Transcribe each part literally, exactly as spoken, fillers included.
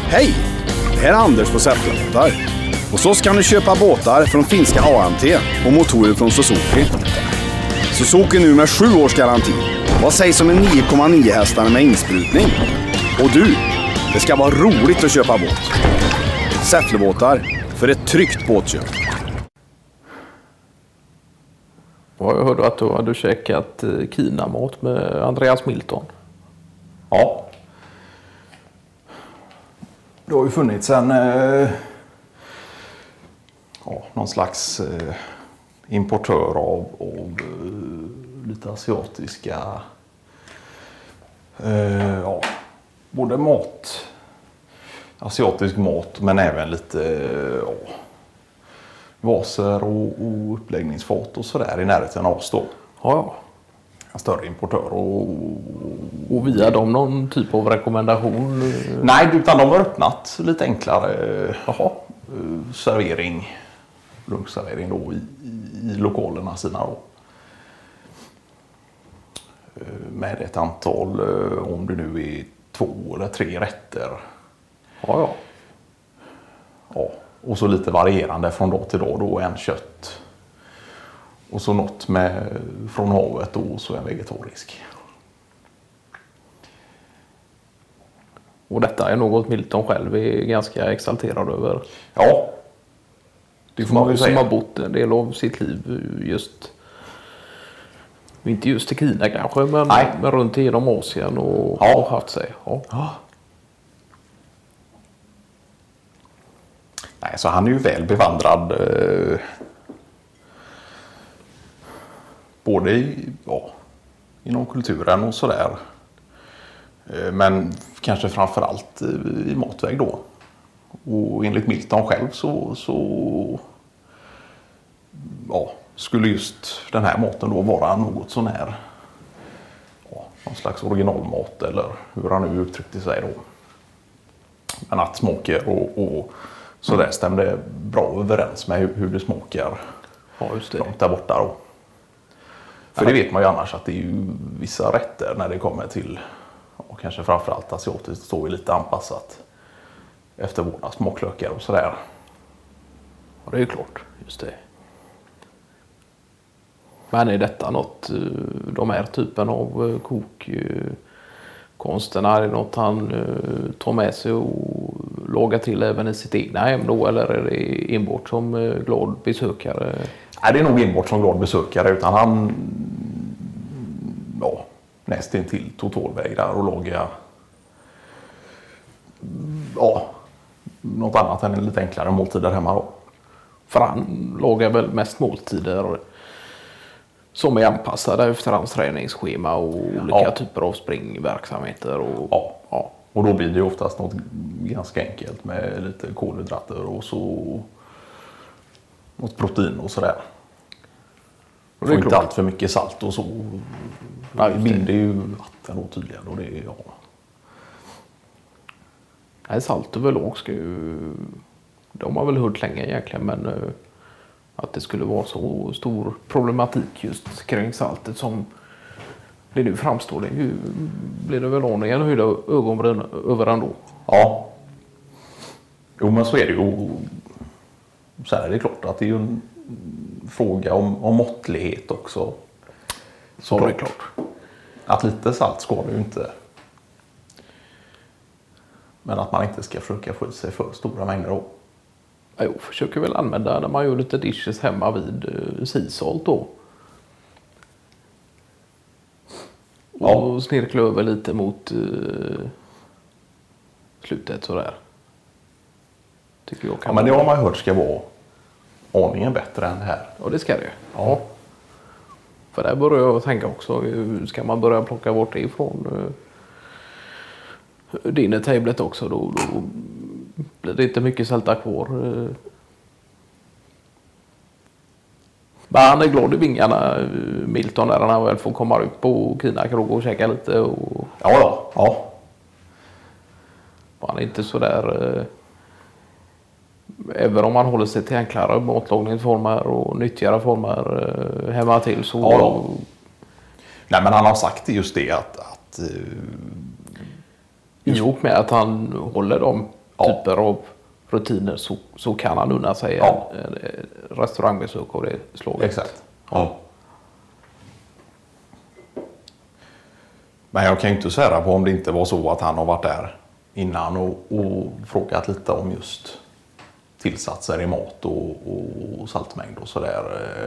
Hej! Det här är Anders på Säfflebåtar. Och så ska ni köpa båtar från finska A M T och motorer från Suzuki. Suzuki nu med sju års garanti. Vad sägs om en nio komma nio hästar med insprutning? Och du, det ska vara roligt att köpa båt. Säfflebåtar, för ett tryggt båtköp. Jag hörde att du hade käkat kinamat med Andreas Milton. Ja. Det har ju funnits en eh, ja, någon slags eh, importör av, av eh, lite asiatiska eh, ja, både mat, asiatisk mat, men även lite eh, ja, vaser och, och uppläggningsfat och sådär i närheten av oss då. Ja, ja. En större importör och... Och via dem någon typ av rekommendation? Nej, utan de har öppnat lite enklare Jaha. servering, lunchservering då i, i, i lokalerna sina då. Med ett antal, om det nu är två eller tre rätter. Ja, ja. Ja, och så lite varierande från dag till dag då, en kött. Och så något med från havet och så en vegetarisk. Och detta är något Milton själv är ganska exalterad över. Ja, det får man väl säga. Som har bott en del av sitt liv just, inte just i Kina kanske, men, men runt igenom Asien och ja. har haft sig. Ja. Ja. Nej, så han är ju väl bevandrad eh, både i, ja, inom kulturen och sådär. Eh, men kanske framförallt i, i matväg då. Och enligt Milton själv så, så ja, skulle just den här maten då vara något sån här ja, någon slags originalmat eller hur han nu uttryckte sig då. Men att smaker och, och så där stämde bra överens med hur, hur det smakar ja, just det. Långt där borta då. För det vet man ju annars att det är ju vissa rätter när det kommer till och kanske framförallt asiatiskt så är lite anpassat efter våra smaklökar och sådär. Ja, det är ju klart, just det. Men är detta något, de här typen av kokkonsterna, är det något han tar med sig och lagar till även i sitt egna hem då, eller är det enbart som glad besökare? Nej, det är nog enbart som glad besökare, utan han ja, nästan till totalvägrar och lagar ja, något annat än en lite enklare måltider hemma då. För han lagar väl mest måltider som är anpassade efter hans träningsschema och olika ja. typer av springverksamheter. Och, ja. Ja. Och då blir det ju oftast något ganska enkelt med lite kolhydrater och så något protein och sådär. Och det är inte allt för mycket salt och så. Nej, binder ju vatten då tydligen. Och det är, ja. Nej, salt överlag ska ju... De har väl hört länge egentligen, men att det skulle vara så stor problematik just kring saltet som det nu framstår. Det ju, blir det väl aningen höjda ögonbryn över ändå. Ja. Jo, men så är det ju. Så här är det klart att det är ju en fråga om, om måttlighet också. Så det är klart. Att lite salt ska det ju inte. Men att man inte ska försöka få i sig för stora mängder då. Jo, försöker väl använda när man gör lite dishes hemma vid uh, sisalt då. Ja. Och snirkla över lite mot uh, slutet sådär. Tycker jag kan ja, men det har man hört ska vara aningen bättre än det här. Ja, det ska det. Ja. För där börjar jag tänka också, ska man börja plocka bort det ifrån uh, dinnertablet också, då, då blir det inte mycket sälta kvar. Men han är glad i vingarna, Milton, när han väl får komma ut på Kina krog och käka lite. Och... Ja, ja, ja. Han är inte så där... Även om man håller sig till enklare matlagningsformer och nyttigare former hemma till så... Ja, ja. Nej, men han har sagt just det att... att I och med att han håller dem ja. typer av rutiner så, så kan han unna sig ja. en, en restaurangbesök av det slaget. Exakt. Ja. Men jag kan ju inte säga på om det inte var så att han har varit där innan och, och frågat lite om just tillsatser i mat och, och saltmängd och sådär.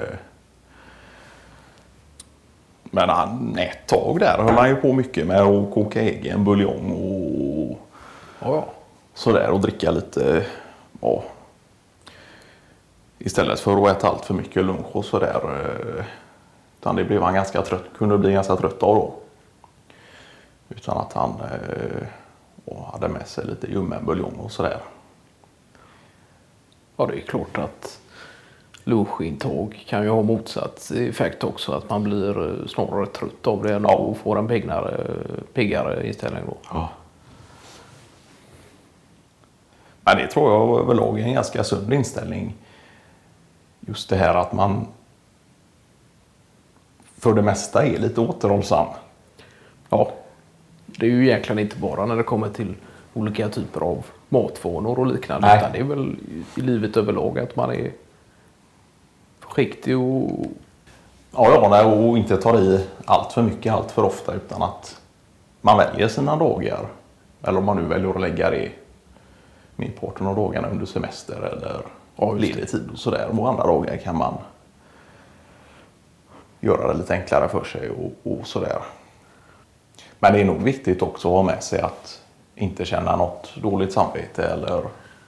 Men han, ett tag där höll han ju på mycket med att koka egen buljong och ja, sådär och dricka lite. Ja. Istället för att äta allt för mycket lunch och sådär. Utan det blev han ganska trött, kunde bli ganska trött av då. Utan att han eh, hade med sig lite ljummen buljong och sådär. Ja, det är klart att lunchintag kan ju ha motsatt effekt också. Att man blir snarare trött av det än ja. och får en piggare, piggare inställning då. Ja. Men det tror jag överlag är en ganska sund inställning. Just det här att man för det mesta är lite återhållsam. Ja, det är ju egentligen inte bara när det kommer till olika typer av matvanor och liknande. Nej. Utan det är väl i livet överlag att man är försiktig och... Ja, ja, och inte tar i allt för mycket, allt för ofta, utan att man väljer sina dagar. Eller om man nu väljer att lägga det merparten av dagarna under semester eller ja, ledig tid och sådär. Och andra dagar kan man göra det lite enklare för sig och, och sådär. Men det är nog viktigt också att ha med sig att inte känna något dåligt samvete eller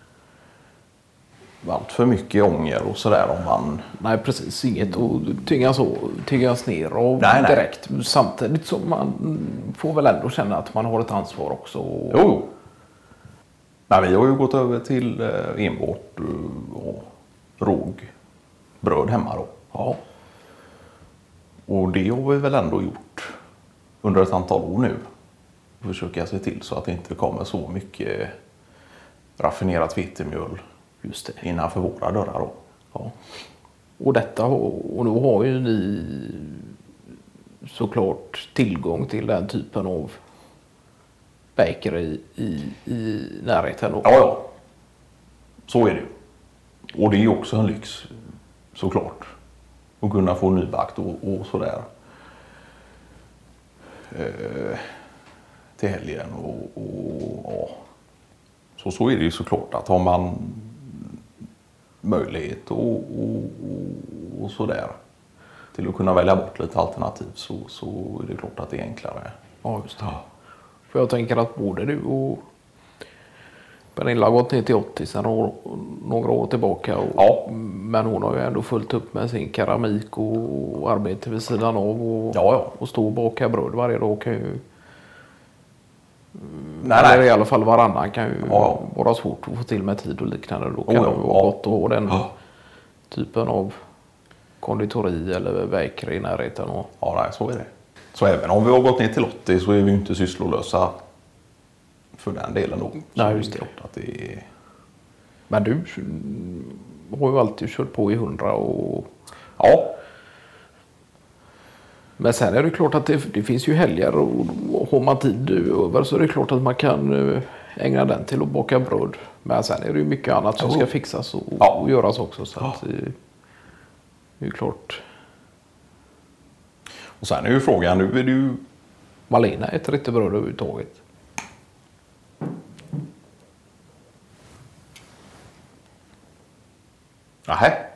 allt för mycket ånger och sådär om man... Nej, precis. Inget att tyngas, tyngas ner av nej, nej. direkt. Samtidigt som man får väl ändå känna att man har ett ansvar också. Och... Jo, men vi har ju gått över till enbart och rågbröd hemma då. Ja. Och det har vi väl ändå gjort under ett antal år nu. Försöka se till så att det inte kommer så mycket raffinerat vetemjöl just det innanför våra dörrar då. Ja. Och detta och nu har ju ni såklart tillgång till den typen av bakery i, i närheten då. Ja, ja. Så är det ju. Och det är ju också en lyx såklart. Att kunna få nybakt och, och sådär. Eh, till helgen och, och ja. Så, så är det ju såklart att har man möjlighet och, och, och, och sådär till att kunna välja bort lite alternativ så, så är det klart att det är enklare. Ja, just det. Ja. För jag tänker att både du och Pernilla har gått ner till åttio sedan år, några år tillbaka. Och, ja. Men hon har ju ändå fullt upp med sin keramik och, och arbete vid sidan av. Och, ja, ja. och stå och baka bröd varje dag kan ju... Nej, eller nej. i alla fall varannan kan ju ja. vara svårt att få till med tid och liknande. Då kan oh, det ja. vara gott att ha den ja. typen av konditori eller bakery i närheten. Och... Ja, nej, så är det. Så även om vi har gått ner till åttio så är vi inte sysslolösa för den delen då. Nej, just det. det, att det är... Men du har ju alltid kört på i hundra och... Ja. Men sen är det klart att det, det finns ju helger och, och har man tid över så är det klart att man kan ägna den till att baka bröd. Men sen är det ju mycket annat som ska fixas och, ja. och göras också. Så ja. att, det är ju klart. Och sen är ju frågan, nu är det ju... Malena äter inte bröd överhuvudtaget. Nähä.